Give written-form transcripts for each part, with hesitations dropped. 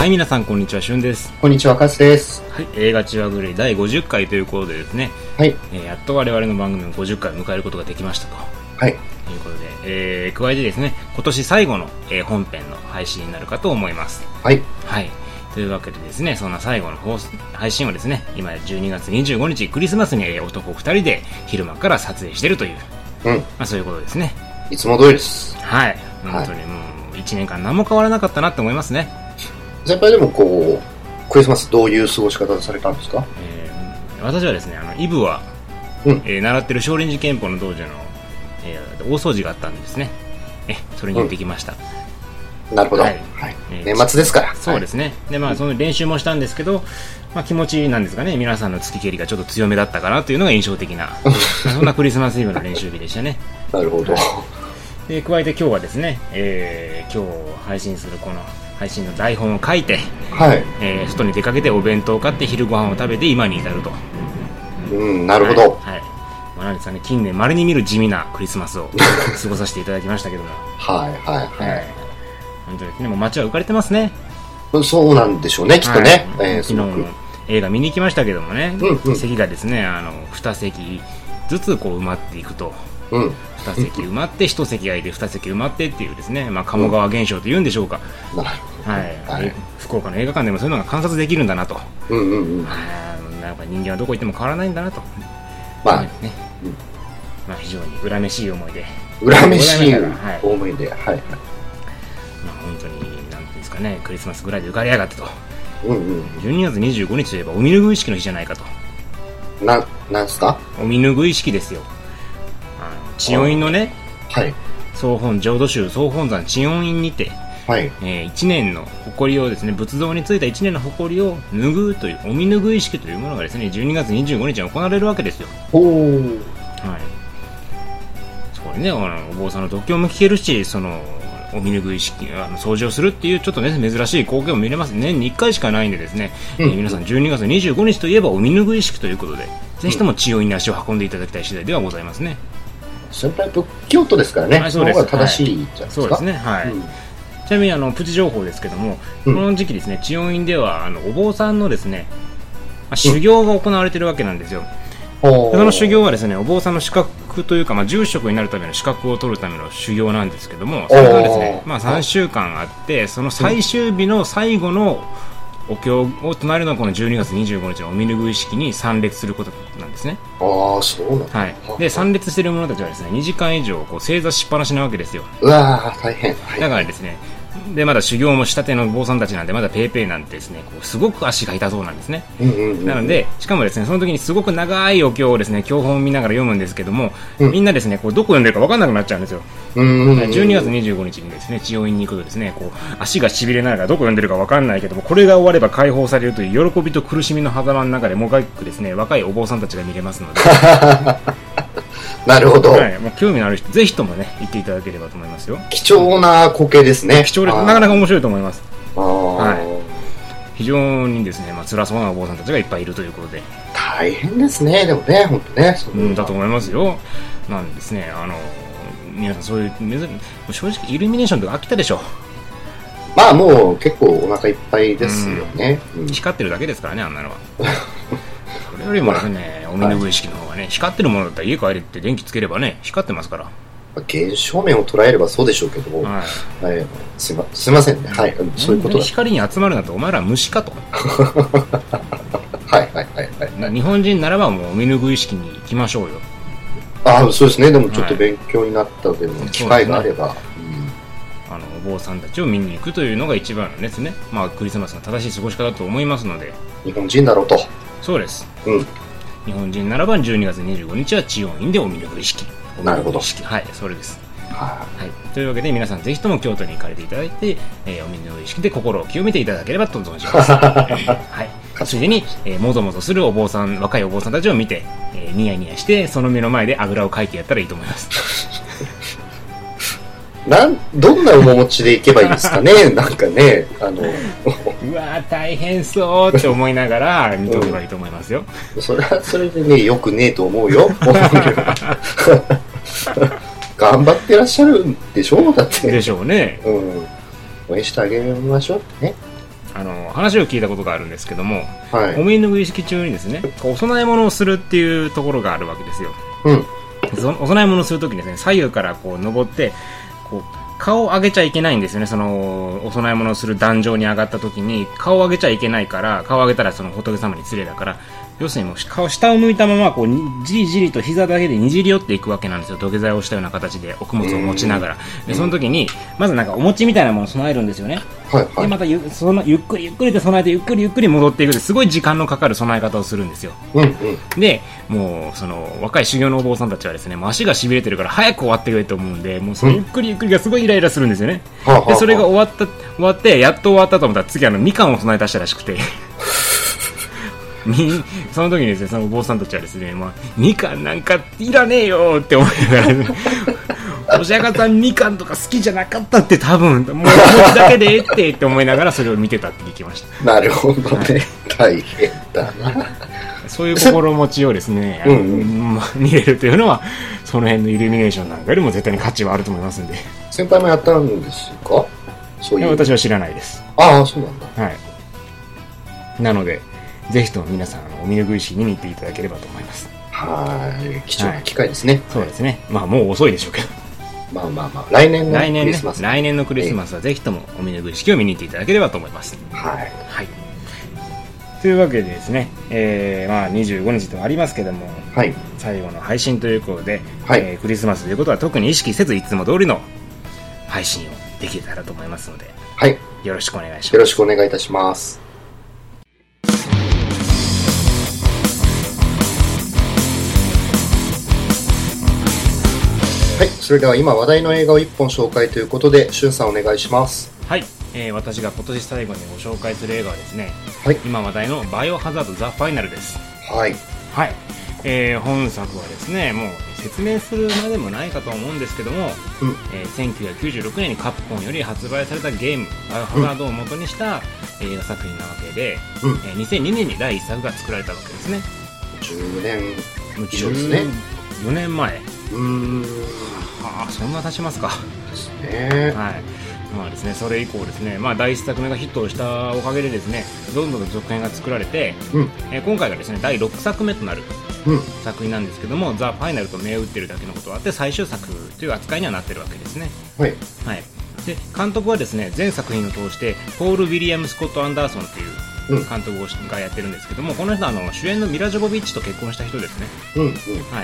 はい、皆さんこんにちは、しゅんです。 こんにちは、かつです。 はい、映画チワグレイ第50回ということでですね、 はい、 やっと我々の番組も50回を迎えることができましたと。 はい。 ということで、加えてですね、今年最後の、本編の配信になるかと思います。 はい。 はい。というわけでですね、そんな最後の配信をですね、今12月25日クリスマスに男2人で昼間から撮影しているという、そういうことですね。 いつも通りです。 はい。本当にもう1年間何も変わらなかったなって思いますね。 先輩でもクリスマスどういう過ごし方されたんですか？ 私はですね、イブは、習ってる少林寺拳法の道場の、大掃除があったんでですね、それに行ってきました。 なるほど。はい。年末ですから。 そうですね。で、その練習もしたんですけど、気持ちなんですかね、皆さんの月蹴りがちょっと強めだったかなというのが印象的な、そんなクリスマスイブの練習日でしたね。 なるほど。 で、加えて今日はですね、今日配信するこの配信の台本を書いて、外に出かけてお弁当を買って昼ご飯を食べて今に至ると。 なるほど。 なんですかね、近年稀に見る地味なクリスマスを過ごさせていただきましたけども。本当ですね、もう街は浮かれてますね。 そうなんでしょうね、きっとね。 昨日も映画見に行きましたけどもね、席がですね、2席ずつ埋まっていくと。2席埋まって1席空いて2席埋まってっていうですね、鴨川現象というんでしょうか。福岡の映画館でもそういうのが観察できるんだなと。なんか人間はどこ行っても変わらないんだなと。非常に恨めしい思いで。 恨めしい思いで。本当になんていうんですかね、クリスマスぐらいで浮かれやがってと。12月25日といえばお見拭い式の日じゃないかと。 なんすか？ お見拭い式ですよ。知恩院のね、浄土宗総本山知恩院にて、1年の埃をですね、仏像についた1年の埃を拭うというお見拭い式というものがですね、12月25日に行われるわけですよ。そこにね、お坊さんの読経も聞けるし、そのお見拭い式、掃除をするっていうちょっとね珍しい光景を見れます。年に1回しかないんでですね、皆さん12月25日といえばお見拭い式ということで、ぜひとも知恩院に足を運んでいただきたい次第ではございますね。 先輩仏教徒ですからね、その方が正しいじゃないですか。 そうですね。ちなみにプチ情報ですけども、この時期ですね、知恩院ではお坊さんのですね、修行が行われているわけなんですよ。その修行はですね、お坊さんの資格というか、住職になるための資格を取るための修行なんですけども、それがですね、3週間あって、その最終日の最後のお経を唱えるのはこの12月25日のお見拭い式に参列することなんですね。 そうなんだ。 で、参列している者たちはですね、2時間以上正座しっぱなしなわけですよ。 大変。 だからですね、でまだ修行もしたての坊さんたちなんで、まだペーペーなんてですね、すごく足が痛そうなんですね。なので、しかもですね、その時にすごく長いお経をですね、経本を見ながら読むんですけども、みんなですね、どこ読んでるか分かんなくなっちゃうんですよ。12月25日にですね、知恩院に行くとですね、足がしびれながらどこ読んでるか分かんないけども、これが終われば解放されるという喜びと苦しみの狭間の中でもがくですね、若いお坊さんたちが見れますのでなるほど。 興味のある人、ぜひともね、行っていただければと思いますよ。 貴重な光景ですね。 貴重で、なかなか面白いと思います。非常にですね、辛そうなお坊さんたちがいっぱいいるということで。 大変ですね、でもね、本当ね。 だと思いますよ。なんですね、皆さんそういう、正直イルミネーションとか飽きたでしょ。 もう結構お腹いっぱいですよね。 光ってるだけですからね、あんなのは。それよりもね、お見拭い式の方がね、光ってるものだったら家帰れって電気つければね、光ってますから。 現象面を捉えればそうでしょうけども、すいませんね。そういうことだ。 光に集まるなんてお前ら虫かと。日本人ならばもうお見拭い式に行きましょうよ。 そうですね。でもちょっと勉強になったでも機会があれば、 お坊さんたちを見に行くというのが一番のですね、クリスマスの正しい過ごし方だと思いますので。 日本人だろうと。 そうです。日本人ならば12月25日は知恩院でお見拭い式。 なるほど。 それです。というわけで皆さんぜひとも京都に行かれていただいて、お見拭い式で心を清めていただければと存じます。ついでに、もぞもぞする若いお坊さんたちを見て、ニヤニヤしてその目の前であぐらをかいてやったらいいと思います。 どんな面持ちでいけばいいですかね。なんかね、 うわ大変そうって思いながら見とけばいいと思いますよ。 それはそれでね、よくねえと思うよ。頑張ってらっしゃるんでしょう、だって。 でしょうね。 応援してあげましょうってね。 話を聞いたことがあるんですけども、 はい、 お身拭い式中にですね、お供え物をするっていうところがあるわけですよ。 うん、 そのお供え物をするときにですね、左右からこう登ってこう顔を上げちゃいけないんですよね。そのお供え物をする壇上に上がったときに顔を上げちゃいけないから、顔を上げたらその仏様に失礼だから、要するにもう顔下を向いたままこうじりじりと膝だけでにじり寄っていくわけなんですよ。土下座をしたような形でお供物を持ちながら、でその時にまずなんかお餅みたいなものを備えるんですよね。 はいはい、 でまたゆっくりと備えてゆっくり戻っていくですごい時間のかかる備え方をするんですよ。 うんうん、 でもうその若い修行のお坊さんたちはですね、もう足がしびれてるから早く終わってくれと思うんで、もうそのゆっくりがすごいイライラするんですよね。でそれが終わってやっと終わったと思ったら次みかんを備え出したらしくてその時にですね、そのお坊さんたちはですね、みかんなんかいらねえよって思いながら、ね、お釈迦さんみかんとか好きじゃなかったって多分もう餅だけでって思いながらそれを見てたって聞きました。 なるほどね、はい、大変だな。 そういう心持ちをですね見れるというのはその辺のイルミネーションなんかよりも絶対に価値はあると思いますんで。 先輩もやったんですか？そういう。 私は知らないです。 ああ、そうなんだ。 はい。なのでぜひとも皆さんお身拭い式見に行っていただければと思います。 はい、貴重な機会ですね。 そうですね。もう遅いでしょうけど。 来年のクリスマス。 来年のクリスマスはぜひともお身拭い式を見に行っていただければと思います。 はい。 はい。というわけでですね、25日とありますけども、 はい、 最後の配信ということで、 はい、 クリスマスということは特に意識せずいつも通りの配信をできたらと思いますので、 はい、 よろしくお願いします。 よろしくお願いいたします。はい、それでは今話題の映画を1本紹介ということで、しゅんさんお願いします。 はい、私が今年最後にご紹介する映画はですね、 はい、 今話題のバイオハザードザ・ファイナルです。 はい、 はい、本作はですね、もう説明するまでもないかと思うんですけども、1996年にカプコンより発売されたゲームバイオハザードを元にした映画作品なわけで、2002年に第1作が作られたわけですね。 10年以上ですね。 4年前。そんな経ちますか。 ですね。 はい。ですね、それ以降ですね、第1作目がヒットしたおかげでですね、どんどん続編が作られて、今回がですね第6作目となる作品なんですけども、ザ・ファイナルと銘打ってるだけのことはあって最終作という扱いにはなってるわけですね。 はい、 はい、で監督はですね全作品を通してポール・ウィリアム・スコット・アンダーソンという監督がやってるんですけども、この人は主演のミラ・ジョボビッチと結婚した人ですね。はい、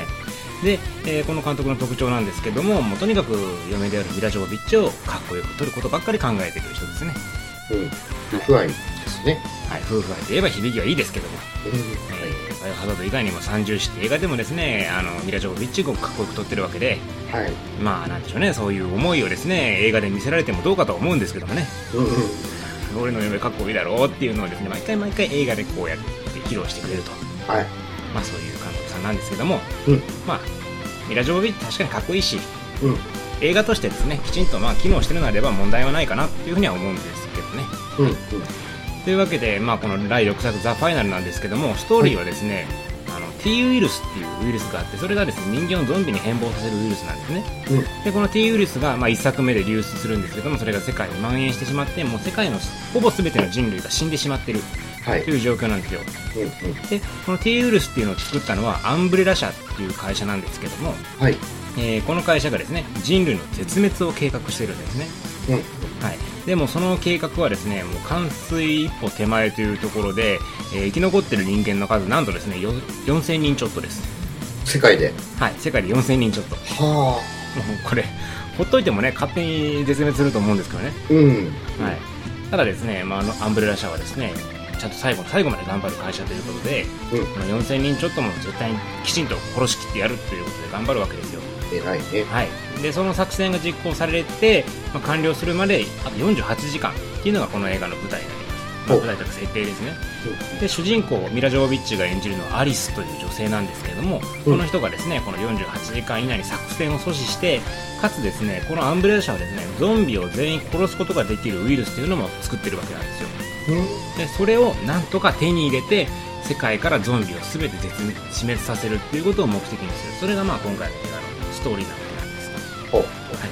で、この監督の特徴なんですけども、とにかく嫁であるミラ・ジョボビッチをかっこよく撮ることばっかり考えてくる人ですね。 夫婦愛ですね。 はい、夫婦愛といえば響きはいいですけども、バイオハザード以外にも三重視って映画でもですね、ミラ・ジョボビッチをかっこよく撮ってるわけで、 はい、 なんでしょうね、そういう思いをですね映画で見せられてもどうかと思うんですけどもね、俺の嫁かっこいいだろうっていうのをですね毎回映画でこうやって披露してくれると、 はい、 そういう監督さんなんですけども、ミラ・ジョボビッチ確かにかっこいいし、映画としてですねきちんと機能してるのであれば問題はないかなっていうふうには思うんですけどね。というわけで、この第6作ザ・ファイナルなんですけども、ストーリーはですね、T ウイルスっていうウイルスがあって、それがですね人間をゾンビに変貌させるウイルスなんですね。でこの T ウイルスが1作目で流出するんですけども、それが世界に蔓延してしまって、もう世界のほぼ全ての人類が死んでしまっているという状況なんですよ。でこの T ウイルスっていうのを作ったのはアンブレラ社っていう会社なんですけども、この会社がですね人類の絶滅を計画しているんですね。でもその計画はですねもう完遂一歩手前というところで、生き残っている人間の数なんとですね4000人ちょっとです。 世界で？ はい、世界で4000人ちょっと。もうこれほっといてもね勝手に絶滅すると思うんですけどね。ただですね、アンブレラ社はですねちゃんと最後まで頑張る会社ということで、この4000人ちょっとも絶対にきちんと殺しきってやるということで頑張るわけですよ。 偉いね。 でその作戦が実行されて、完了するまであと48時間っていうのがこの映画の舞台になります。舞台というか設定ですね。で主人公ミラ・ジョボビッチが演じるのはアリスという女性なんですけれども、この人がですねこの48時間以内に作戦を阻止して、かつですねこのアンブレラ社はですねゾンビを全員殺すことができるウイルスというのも作ってるわけなんですよ。でそれをなんとか手に入れて世界からゾンビを全て死滅させるっていうことを目的にする、それが今回の映画のストーリーなわけなんです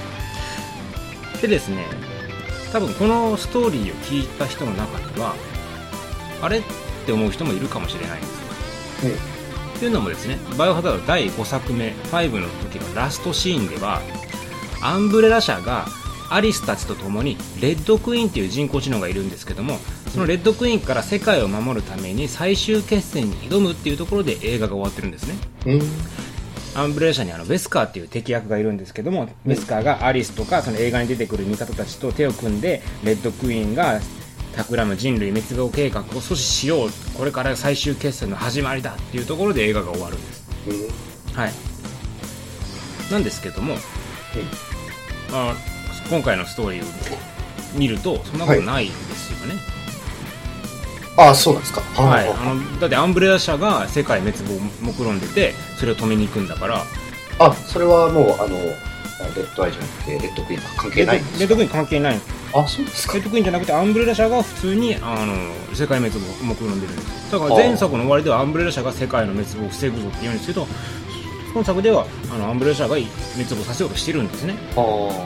。でですね多分このストーリーを聞いた人の中にはあれって思う人もいるかもしれないんですよ。というのもですね、バイオハザード第5作目5の時のラストシーンではアンブレラ社がアリスたちと共にレッドクイーンという人工知能がいるんですけども、そのレッドクイーンから世界を守るために最終決戦に挑むっていうところで映画が終わってるんですね。アンブレラ社にベスカーっていう敵役がいるんですけども、ベスカーがアリスとかその映画に出てくる味方たちと手を組んでレッドクイーンが企む人類滅亡計画を阻止しよう、これから最終決戦の始まりだっていうところで映画が終わるんです、はい。なんですけども、まあ、今回のストーリーを見るとそんなことないんですよね、 ああ、そうなんですか。 はい、だってアンブレラ社が世界滅亡を目論んでてそれを止めに行くんだから。 あ、それはもうレッドアイじゃなくてレッドクイーンは関係ないんですか。 レッドクイーン関係ない。 あ、そうですか。 レッドクイーンじゃなくてアンブレラ社が普通に世界滅亡を目論んでるんです。だから前作の終わりではアンブレラ社が世界の滅亡を防ぐぞって言うんですけど、今作ではアンブレラ社が滅亡させようとしてるんですね。はい、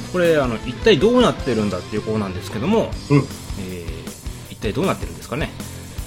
これ一体どうなってるんだっていう子なんですけども、一体どうなってるんですかね。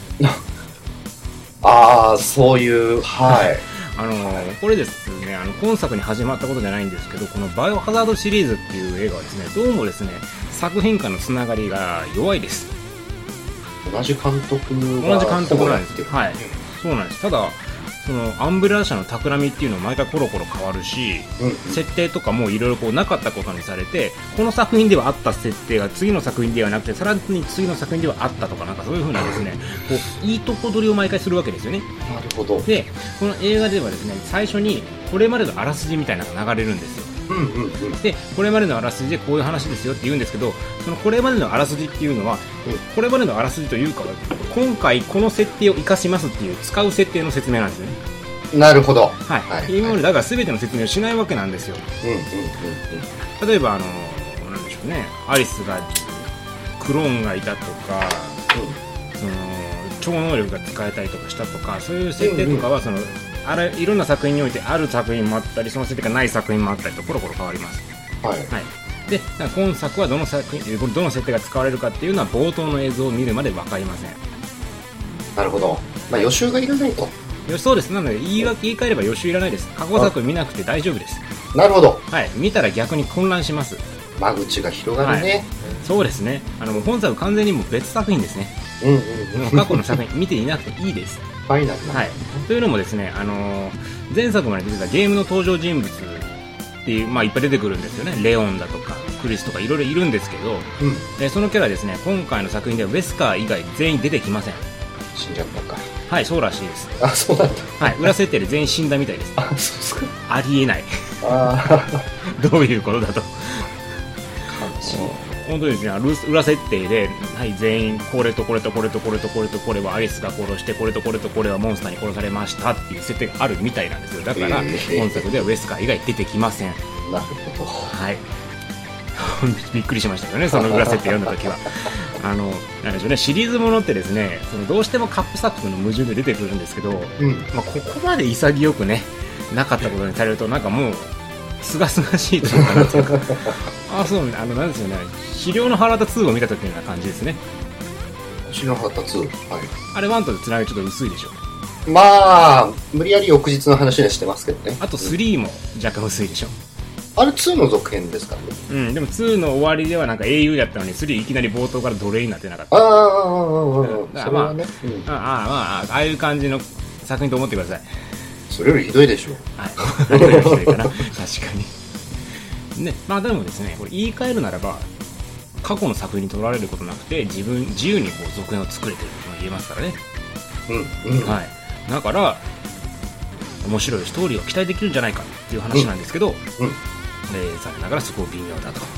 ああ、そういう、はいこれですね、今作に始まったことじゃないんですけど、このバイオハザードシリーズっていう映画はですね、どうもですね、作品間のつながりが弱いです。 同じ監督なんですけど、はい、そうなんです。ただそのアンブレラ社の企みっていうのは毎回コロコロ変わるし、設定とかもいろいろなかったことにされて、この作品ではあった設定が次の作品ではなくてさらに次の作品ではあったとか、なんかそういう風なですね、こういいとこ取りを毎回するわけですよね。 なるほど。 でこの映画ではですね、最初にこれまでのあらすじみたいなのが流れるんですよ。でこれまでのあらすじでこういう話ですよって言うんですけど、そのこれまでのあらすじっていうのは、これまでのあらすじというか今回この設定を生かしますっていう使う設定の説明なんですね。 なるほど。 はい。今までだから全ての説明をしないわけなんですよ。例えばなんでしょうね、アリスがクローンがいたとか、その超能力が使えたりとかしたとか、そういう設定とかはいろんな作品においてある作品もあったり、その設定がない作品もあったりとコロコロ変わります。はい。で今作はどの設定が使われるかっていうのは冒頭の映像を見るまで分かりません。 なるほど。まあ予習がいらないと。 そうです。なので言い換えれば予習いらないです。過去作見なくて大丈夫です。 なるほど。 はい。見たら逆に混乱します。 間口が広がるね。 そうですね。もう本作完全にもう別作品ですね。過去の作品見ていなくていいです。 ファイナルな。 はい。というのもですね、前作まで出てたゲームの登場人物っていう、まあいっぱい出てくるんですよね。レオンだとかクリスとかいろいろいるんですけど、そのキャラですね、今回の作品ではウェスカー以外全員出てきません。 死んじゃったか。 はい、そうらしいです。 あ、そうなんだ。 はい、裏設定で全員死んだみたいです。 あ、そうですか。 ありえない。どういうことだと。本当にですね、裏設定で、はい、全員これとこれとこれとこれとこれとこれはアリスが殺して、これとこれとこれはモンスターに殺されましたっていう設定があるみたいなんですよ。だから本作ではウェスカー以外出てきません。 なるほど。 はい。びっくりしましたよね、その裏設定読んだ時は。なんでしょうね、シリーズものってですね、どうしてもカップ作品の矛盾で出てくるんですけど、まあ、ここまで潔くねなかったことにされると、なんかもうすがすがしいというか、なんですかあ、そうね、なんですよね、肥料の原田2を見た時のような感じですね。 肥料の原田2、はい、 あれ1とでつながりちょっと薄いでしょ。 まあ無理やり翌日の話にしてますけどね。 あと3も若干薄いでしょ。 あれ2の続編ですからね。 でも2の終わりではなんか英雄だったのに3いきなり冒頭から奴隷になってなかった。 それはね、 ああいう感じの作品と思ってください。 それよりひどいでしょう。 はい、何よりひどいかな。確かにね。まあでもですね、これ言い換えるならば過去の作品に取られることなくて自由にこう続編を作れてると言えますからね。はい。だから面白いストーリーを期待できるんじゃないかっていう話なんですけど、残念ながらそこを微妙だと。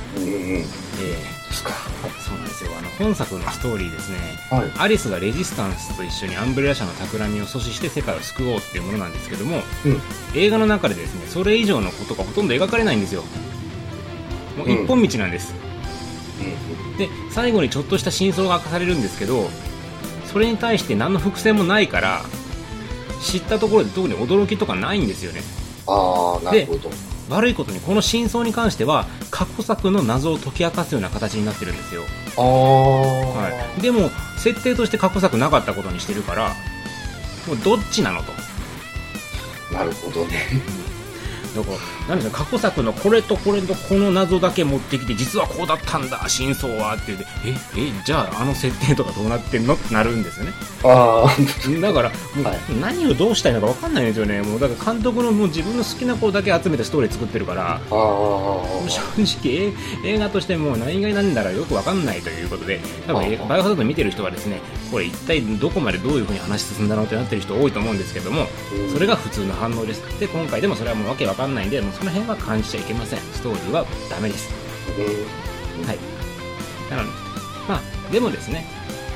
そうなんですよ。本作のストーリーですね、アリスがレジスタンスと一緒にアンブレラ社の企みを阻止して世界を救おうっていうものなんですけども、映画の中でですね、それ以上のことがほとんど描かれないんですよ。もう一本道なんです。で最後にちょっとした真相が明かされるんですけど、それに対して何の伏線もないから知ったところで特に驚きとかないんですよね。 ああ、なるほど。 悪いことにこの真相に関しては過去作の謎を解き明かすような形になってるんですよ。はい、でも設定として過去作なかったことにしてるから、もうどっちなのと。 なるほどね。 だから何でしょう、過去作のこれとこれとこの謎だけ持ってきて実はこうだったんだ真相はって言ってじゃああの設定とかどうなってんのってなるんですよね。だからもう何をどうしたいのか分かんないんですよね。もうだから監督のもう自分の好きな子だけ集めたストーリー作ってるから、正直映画としてもう何が何だらよく分かんないということで、多分バイオハザード見てる人はですね、これ一体どこまでどういう風に話進んだのってなってる人多いと思うんですけども、それが普通の反応です。で今回でもそれはもうわけ分かんないんで、もうその辺は感じちゃいけません。ストーリーはダメです。はい。なのでまあでもですね、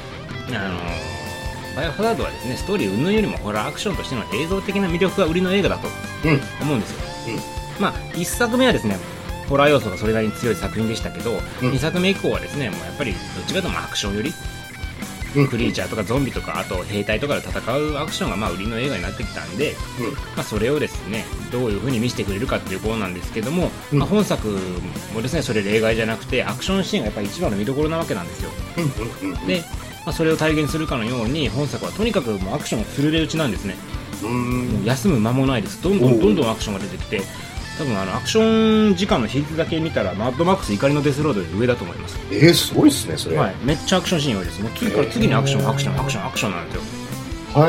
バイオハザードはですね、ストーリー云々よりもホラーアクションとしての映像的な魅力が売りの映画だと思うんですよ。まあ1作目はですねホラー要素がそれなりに強い作品でしたけど、2作目以降はですねもうやっぱりどっちかというとアクションよりクリーチャーとかゾンビとかあと兵隊とかで戦うアクションがまあ売りの映画になってきたんで、まあ、それをですねどういう風に見せてくれるかっていうことなんですけども、まあ、本作もですねそれ例外じゃなくてアクションシーンがやっぱり一番の見どころなわけなんですよ。で、まあ、それを体現するかのように本作はとにかくもうアクションがフルレ打ちなんですね。もう休む間もないです。どんどんアクションが出てきて、多分アクション時間の比率だけ見たらマッドマックス怒りのデスロードより上だと思います。 すごいですねそれ。 はい、めっちゃアクションシーン多いです。もう次から次にアクションなんですよ。だ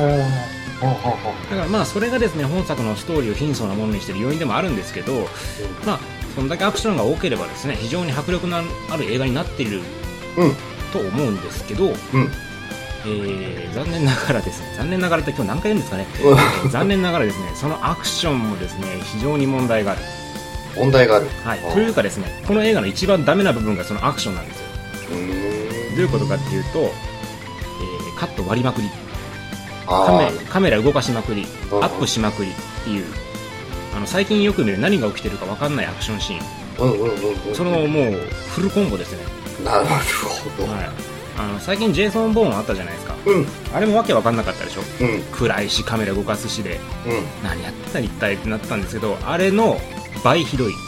からまあそれがですね本作のストーリーを貧相なものにしている要因でもあるんですけど、まあそんだけアクションが多ければですね非常に迫力のある映画になっていると思うんですけど、残念ながらですね、残念ながらって今日何回言うんですかね、残念ながらですねそのアクションもですね非常に問題がある。はい、というかですねこの映画の一番ダメな部分がそのアクションなんですよ。どういうことかっていうと、カット割りまくり、カメラ動かしまくり、アップしまくりっていう最近よく見る何が起きてるか分かんないアクションシーン、そのもうフルコンボですね。 なるほど、 最近ジェイソン・ボーンあったじゃないですか、あれもわけわかんなかったでしょ、暗いしカメラ動かすしで、何やってた一体ってなったんですけど、あれの倍ひどい。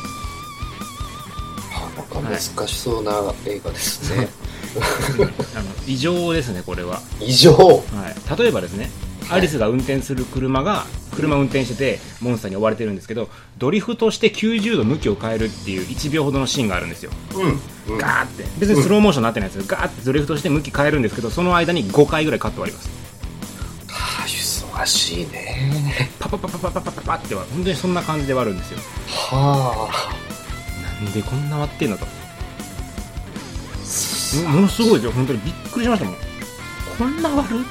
なんか難しそうな映画ですね。 異常ですねこれは。 異常、 例えばですね、アリスが運転する車運転しててモンスターに追われてるんですけど、ドリフトして90度向きを変えるっていう1秒ほどのシーンがあるんですよ。ガーって別にスローモーションになってないんですよ、ガーってドリフトして向き変えるんですけど、その間に5回ぐらいカット割ります。 忙しいね。 パパパパパパパパパっては本当にそんな感じで割るんですよ。なんでこんな割ってんのと、ものすごいですよ本当に。びっくりしましたもん、こんな割るって。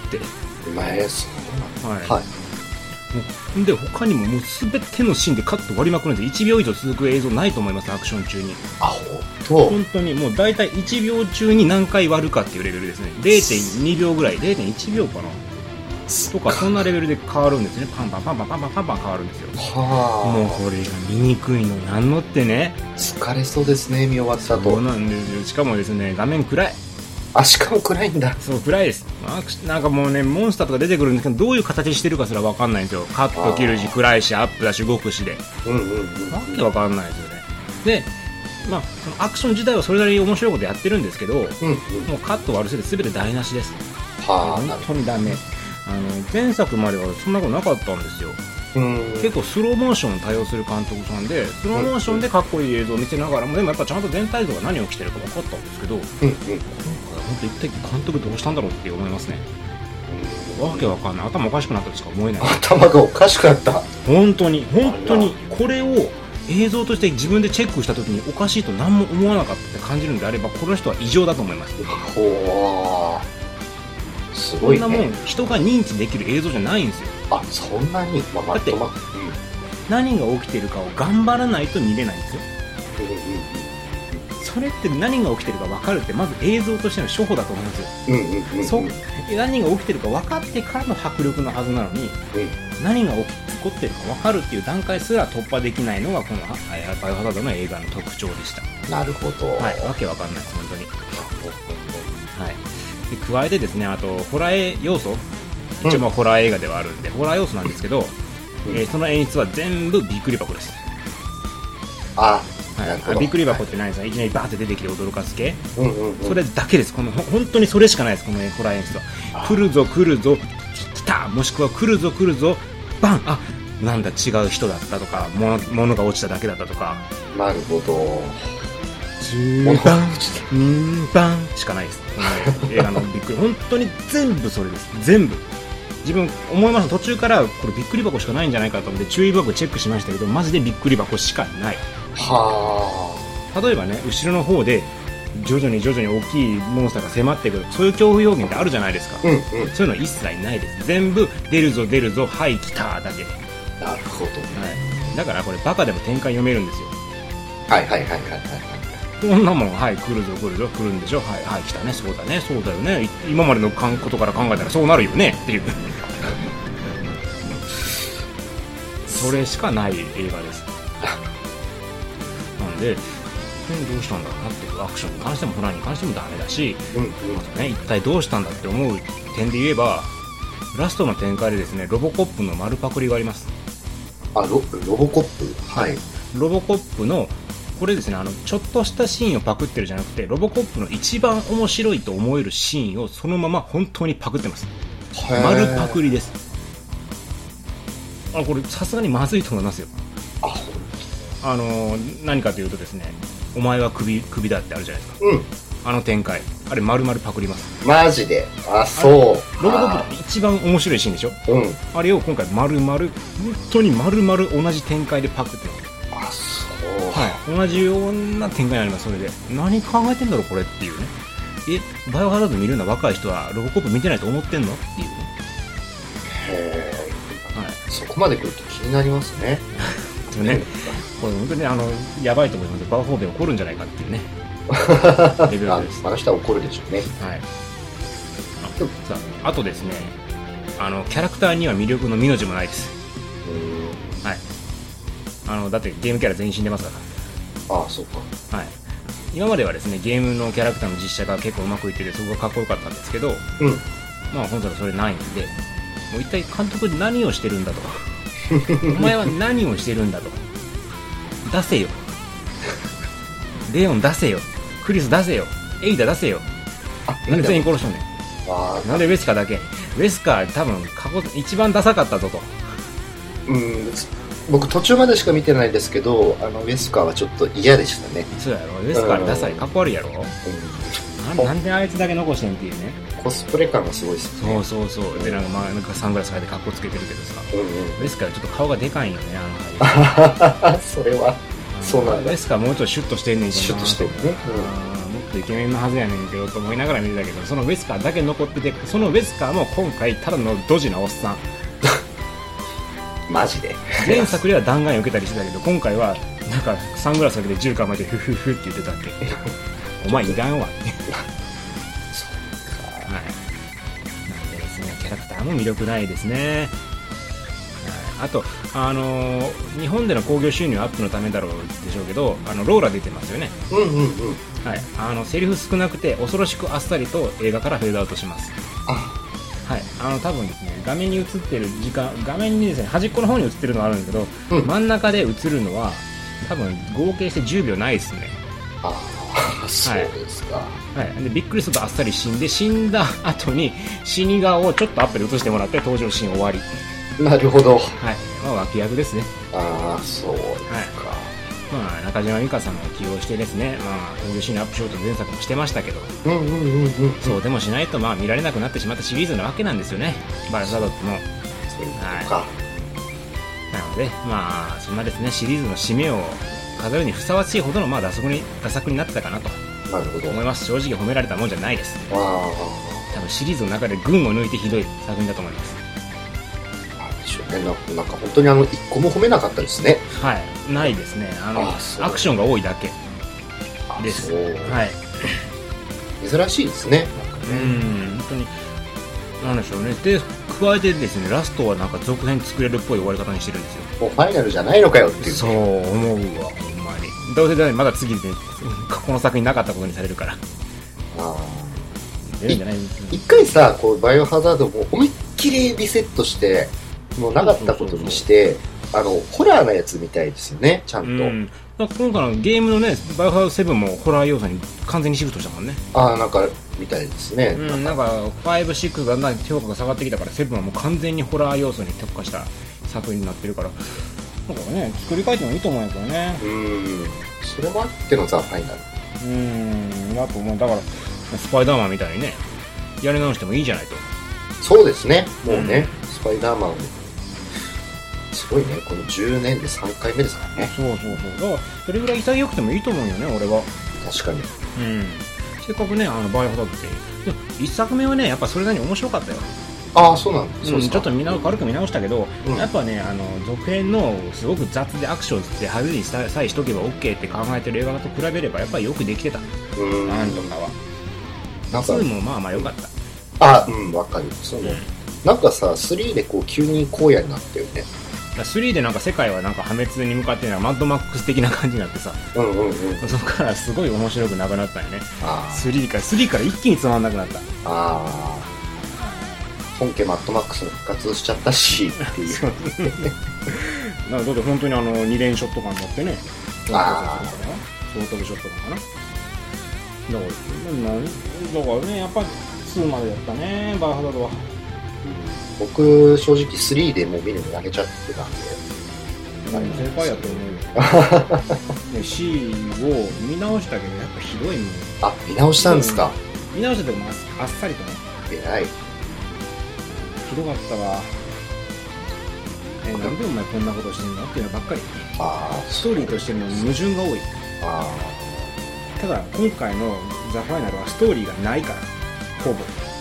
で他にももう全てのシーンでカット割りまくるんです。1秒以上続く映像ないと思います、アクション中に。本当にもう大体1秒中に何回割るかっていうレベルですね。 0.2 秒ぐらい、 0.1 秒かなとか、そんなレベルで変わるんですね。パンパンパンパンパンパンパンパン変わるんですよ。もうこれが見にくいのなんのってね、 疲れそうですね見終わったと。 そうなんですよ。しかもですね画面暗い。 しかも暗いんだ。 そう暗いです。なんかもうねモンスターとか出てくるんですけど、どういう形してるかすら分かんないんですよ。カット切るし暗いしアップだし動くしで、わけ分かんないですよね。でそのアクション自体はそれなりに面白いことやってるんですけど、もうカット割るせいで全て台無しです。本当にダメ。前作まではそんなことなかったんですよ。結構スローモーションを多用する監督さんで、スローモーションでかっこいい映像を見せながらも、でもやっぱちゃんと全体像が何が起きてるか分かったんですけど、本当一体監督どうしたんだろうって思いますね。わけわかんない。頭おかしくなったとしか思えない。 頭がおかしくなった。本当にこれを映像として自分でチェックした時におかしいと何も思わなかったって感じるんであれば、この人は異常だと思います。 すごいね。 こんなもん人が認知できる映像じゃないんですよ。 そんなに、 だって何が起きてるかを頑張らないと見れないんですよ。それって何が起きてるか分かるってまず映像としての初歩だと思うんですよ。何が起きてるか分かってからの迫力のはずなのに、何が起こってるか分かるっていう段階すら突破できないのがこのバイオハザードの映画の特徴でした。 なるほど。 わけ分かんないです本当に。で加えてですね、あとホラー要素、一応ホラー映画ではあるんで、ホラー要素なんですけど、その演出は全部びっくり箱です。 あ、 はい、びっくり箱ってないですか、いきなりバーって出てきて驚かす系、それだけです。本当にそれしかないです、このホラー演出は。来るぞ来るぞ来た、もしくは来るぞ来るぞバン、あ、なんだ違う人だったとか、物が落ちただけだったとか。 なるほど。 10番2番しかないです、この映画のびっくり本当に全部それです。全部自分思いました。途中からこれびっくり箱しかないんじゃないかと思って注意箱チェックしましたけど、マジでびっくり箱しかない。 はあ、例えばね、後ろの方で徐々に大きいモンスターが迫ってくる、そういう恐怖表現ってあるじゃないですか、そういうの一切ないです。全部出るぞ出るぞ、はい来ただけで。 なるほど、 はい、だからこれバカでも展開読めるんですよ。 はいこんなもん、はい、来るぞ来るぞ来るんでしょ、はいはい来たね、そうだねそうだよね、今までのことから考えたらそうなるよねっていうそれしかない映画です。なんでどうしたんだろうなっていう、アクションに関してもホラーに関してもダメだし、あとね、一体どうしたんだって思う点で言えば、ラストの展開でですね、ロボコップの丸パクリがあります。 あ、ロボコップ、はい、 ロボコップのこれですね、ちょっとしたシーンをパクってるじゃなくて、ロボコップの一番面白いと思えるシーンをそのまま本当にパクってます。丸パクリです。これさすがにまずいと思いますよ。何かというとですね、お前はクビだってあるじゃないですか、あの展開、あれ丸々パクります。 マジで？あ、そうロボコップの一番面白いシーンでしょ、あれを今回丸々本当に丸々同じ展開でパクってます。はい、同じような展開になります。それで何考えてんだろうこれっていうね。バイオハザード見るような若い人はロボコップ見てないと思ってんのっていうね。 へー、はい、そこまで来ると気になりますねね、これ本当にやばいと思います。バーフォーで怒るんじゃないかっていうねレベルです。 あの人は怒るでしょうね。 はい。あとですね、キャラクターには魅力のみの字もないです。はい。だってゲームキャラ全員死んでますから。 ああ、そうか。 はい。今まではですね、ゲームのキャラクターの実写が結構うまくいってて、そこがかっこよかったんですけど、まあ本当はそれないんで、もう一体監督何をしてるんだとお前は何をしてるんだと、出せよレオン出せよ、クリス出せよ、エイダ出せよ、なんで全員殺したんだよ。なんでウェスカーだけ。ウェスカー多分一番ダサかったぞと。 僕途中までしか見てないですけど、ウェスカーはちょっと嫌でしたね。 そうやろ、ウェスカーダサい、かっこ悪いやろ、なんであいつだけ残してんっていうね。 コスプレ感がすごいですね。 そうで、なんかサングラスかけてかっこつけてるけどさ、ウェスカーはちょっと顔がでかいんよね、 それはそうなんだ。 ウェスカーもうちょっとシュッとしてんねんけどな、 シュッとしてるね、 もっとイケメンのはずやねんけどと思いながら見てたけど、そのウェスカーだけ残ってて、そのウェスカーも今回ただのドジなおっさんマジで。 前作では弾丸を受けたりしてたけど、今回はなんかサングラスかけて銃構えてフフフって言ってたってお前いらんわってはい、なんでですね、キャラクターも魅力ないですね。あと、日本での興行収入アップのためだろうでしょうけど、ローラ出てますよね。はい、セリフ少なくて恐ろしくあっさりと映画からフェードアウトします。はい、多分ですね、画面に映ってる時間、画面にですね、端っこの方に映ってるのがあるんですけど、真ん中で映るのは多分合計して10秒ないですね。 そうですか。 はい、でびっくりするとあっさり死んだ後に死に顔をちょっとアップで映してもらって登場シーン終わり。 なるほど。 はい、まあ脇役ですね。 そうですか。 まあ、中島美嘉さんを起用してですね、まあ、興行収入アップしようと前作もしてましたけど、そうでもしないとまあ見られなくなってしまったシリーズなわけなんですよね、バイオハザードっても。 そういうことか。 なので、まあそんなですね、シリーズの締めを飾るにふさわしいほどのまあ打作になったかなと思います。正直褒められたもんじゃないです。多分シリーズの中で群を抜いてひどい作品だと思います。 なんか本当に一個も褒めなかったですね。 はい、ないですね。アクションが多いだけです。はい、 珍しいですね。 本当になんでしょうね。で加えてですね、ラストはなんか続編作れるっぽい終わり方にしてるんですよ。 もうファイナルじゃないのかよっていう、ね、 そう思うわ、ほんまに。どうせまだ次で、この作品なかったことにされるから。 一回さ、こうバイオハザードも思いっきりリセットして、もうなかったことにして、 ホラーなやつみたいですよね、ちゃんと。 今回のゲームのね、バイオハザード7もホラー要素に完全にシフトしたもんね。 なんか、みたいですね。 なんか、5、6がだんだん評価が下がってきたから、7はもう完全にホラー要素に特化した作品になってるから、なんかね、作り変えてもいいと思うんやけどね。 それもあってのザ・ファイナル。 だと思う。だから、スパイダーマンみたいにね、やり直してもいいじゃないと。 そうですね。もうね、スパイダーマン、すごいね、この10年で3回目ですからね。 そう。だから、それぐらい潔くてもいいと思うよね、俺は。 確かに。 せっかくね、バイオハザードって。でも、1作目はね、やっぱそれなりに面白かったよ。 そうなんです、 ちょっと軽く見直したけど、やっぱね、続編のすごく雑でアクションって派手にさえしとけば OK って考えてる映画と比べればやっぱりよくできてた。なんとかは。2もまあ良かった。 わかる。なんかさ、3で急に荒野になったよね。 3でなんか世界はなんか破滅に向かってマッドマックス的な感じになってさ、そこからすごい面白くなくなったよね。3から一気につまんなくなった。 本家マッドマックスも復活しちゃったしっていうだって本当に2連ショットガン持ってね、ソートルショットガンかな。だからね、やっぱ2までやったね、バイオハザードは。 僕正直3でもう見るのやめちゃってたんで、 正解やと思うよ。C を見直したけどやっぱひどいもん。 見直したんですか。 見直したともあっさりとね。 偉い。 ひどかったわ。なんでお前こんなことしてんのっていうのばっかり。ストーリーとしての矛盾が多い。ただ今回のザ・ファイナルはストーリーがないから、ほぼ。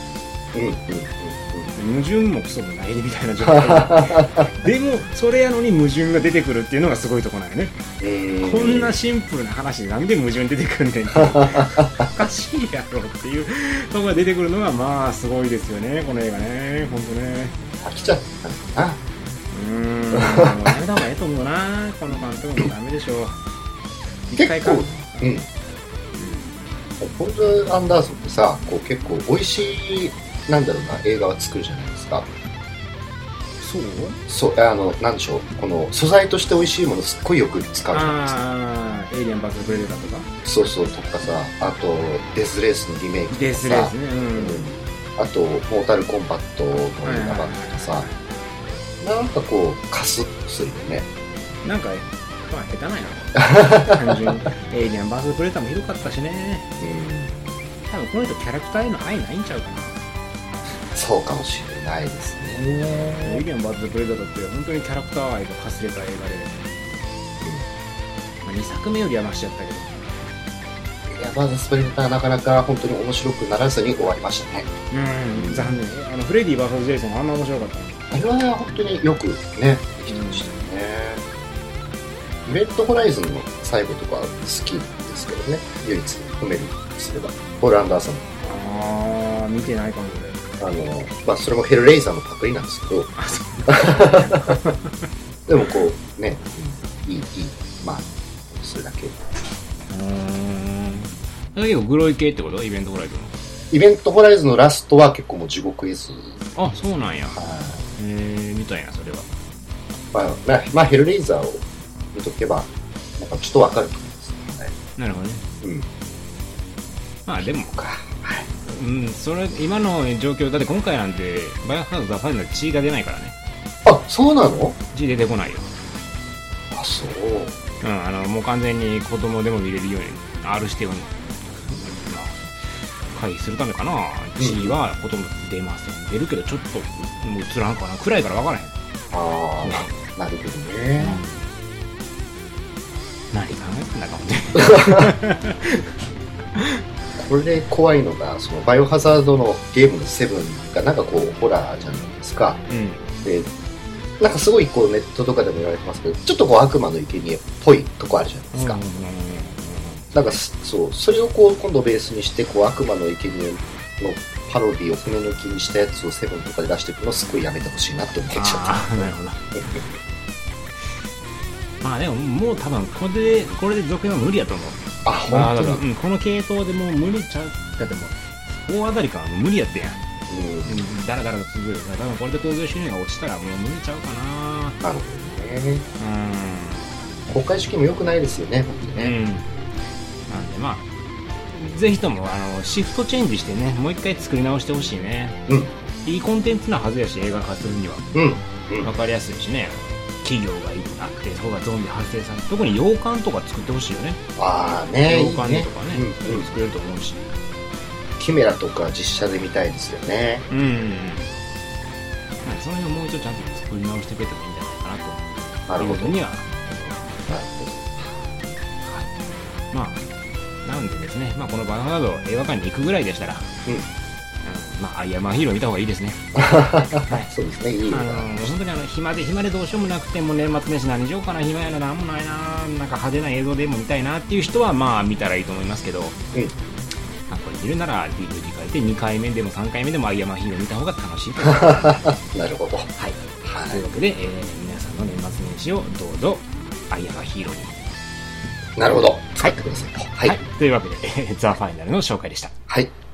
矛盾もクソもないみたいな状態でもそれやのに矛盾が出てくるっていうのがすごいとこなんよね。こんなシンプルな話でなんで矛盾出てくるんねんっておかしいやろっていうとこが出てくるのがまあすごいですよね、この映画ね。ほんとね、 飽きちゃったな。 もうやめた方がいいと思うな。この監督もダメでしょう。一回か。 ポール・アンダーソンってさ、結構美味しい映画は作るじゃないですか。そうなんでしょう、この素材として美味しいものすっごいよく使うじゃないですか。 エイリアンバズ・プレデターとか。 そうとかさ、あとデスレースのリメイクとかさ、 デスレースね、 あとモータルコンバットの映画版とかさ、なんかカスッとするよね。なんか下手ないな単純にエイリアンバズ・プレデターもひどかったしね。多分この人キャラクターへの愛ないんちゃうかな。 そうかもしれないですね。 エイリアンバズ・プレデターって本当にキャラクター愛がかすれた映画で、2作目よりはマシやったけど、 エイリアンバズ・プレデターなかなか本当に面白くならずに終わりましたね。 残念。フレディ VS ジェイソンあんな面白かった。 あれは本当によくねできてましたよね。イベントホライズンの最後とか好きですけどね、唯一褒めるとすればポール・アンダーソン。 見てないかもね。 それもヘルレイザーのパクリなんですけどでもね、いいそれだけ。 結構グロい系ってこと？イベントホライズンの。 イベントホライズンのラストは結構もう地獄絵図。 そうなんや。みたいな、それは。ヘルレイザーを見とけばなんかちょっとわかると思いますね。 なるほどね。でもそれ今の状況だって今回なんてバイオハザード・ザ・ファイナル血が出ないからね。 そうなの？ 血出てこないよ。 そう。 もう完全に子供でも見れるように R 指定を回避するためかな。血はほとんど出ません。出るけどちょっともう映らんかな。暗いから分からへん。 なるほどね。 何考えてんだかもね。 これで怖いのが、そのバイオハザードのゲームの7がなんかホラーじゃないですか。で、なんかすごいネットとかでも言われてますけど、ちょっと悪魔の生贄っぽいとこあるじゃないですか。なんかそれを今度ベースにして悪魔の生贄のパロディを骨抜きにしたやつを7とかで出していくのをすごいやめてほしいなって思っちゃった。 なるほど。でももう多分これで続編は無理やと思う。 本当に。 この系統でもう無理ちゃう。だってもう大当たりか無理やってやん。 だらだらと続くよ。多分これで興行収入が落ちたらもう無理ちゃうかな。 なるほどね。公開式も良くないですよね、本当にね。なんでまあぜひともシフトチェンジしてね、もう一回作り直してほしいね。いいコンテンツなはずやし、映画化するには。わかりやすいしね。企業があって、そこがゾンビ発生される。特に洋館とか作ってほしいよね。洋館とかね、作れると思うし。 キメラとか実写で見たいですよね。 その辺をもう一度ちゃんと作り直してくれてもいいんじゃないかなということには。まあなんでですね、このバイオハザード映画館に行くぐらいでしたら、アイアンマンヒーロー見た方がいいですね。 そうですね、いい。 本当に暇でどうしようもなくて、もう年末年始何しようかな、暇やな、なんもないな、なんか派手な映像でも見たいなっていう人は見たらいいと思いますけど、これ見るなら DVD 変えて2回目でも3回目でもアイアンマンヒーロー見た方が楽しいと思います。 なるほど。はい。 というわけで、皆さんの年末年始をどうぞアイアンマンヒーローに。 なるほど。使ってください。 はい。というわけで、ザ・ファイナルの紹介でした。 はい。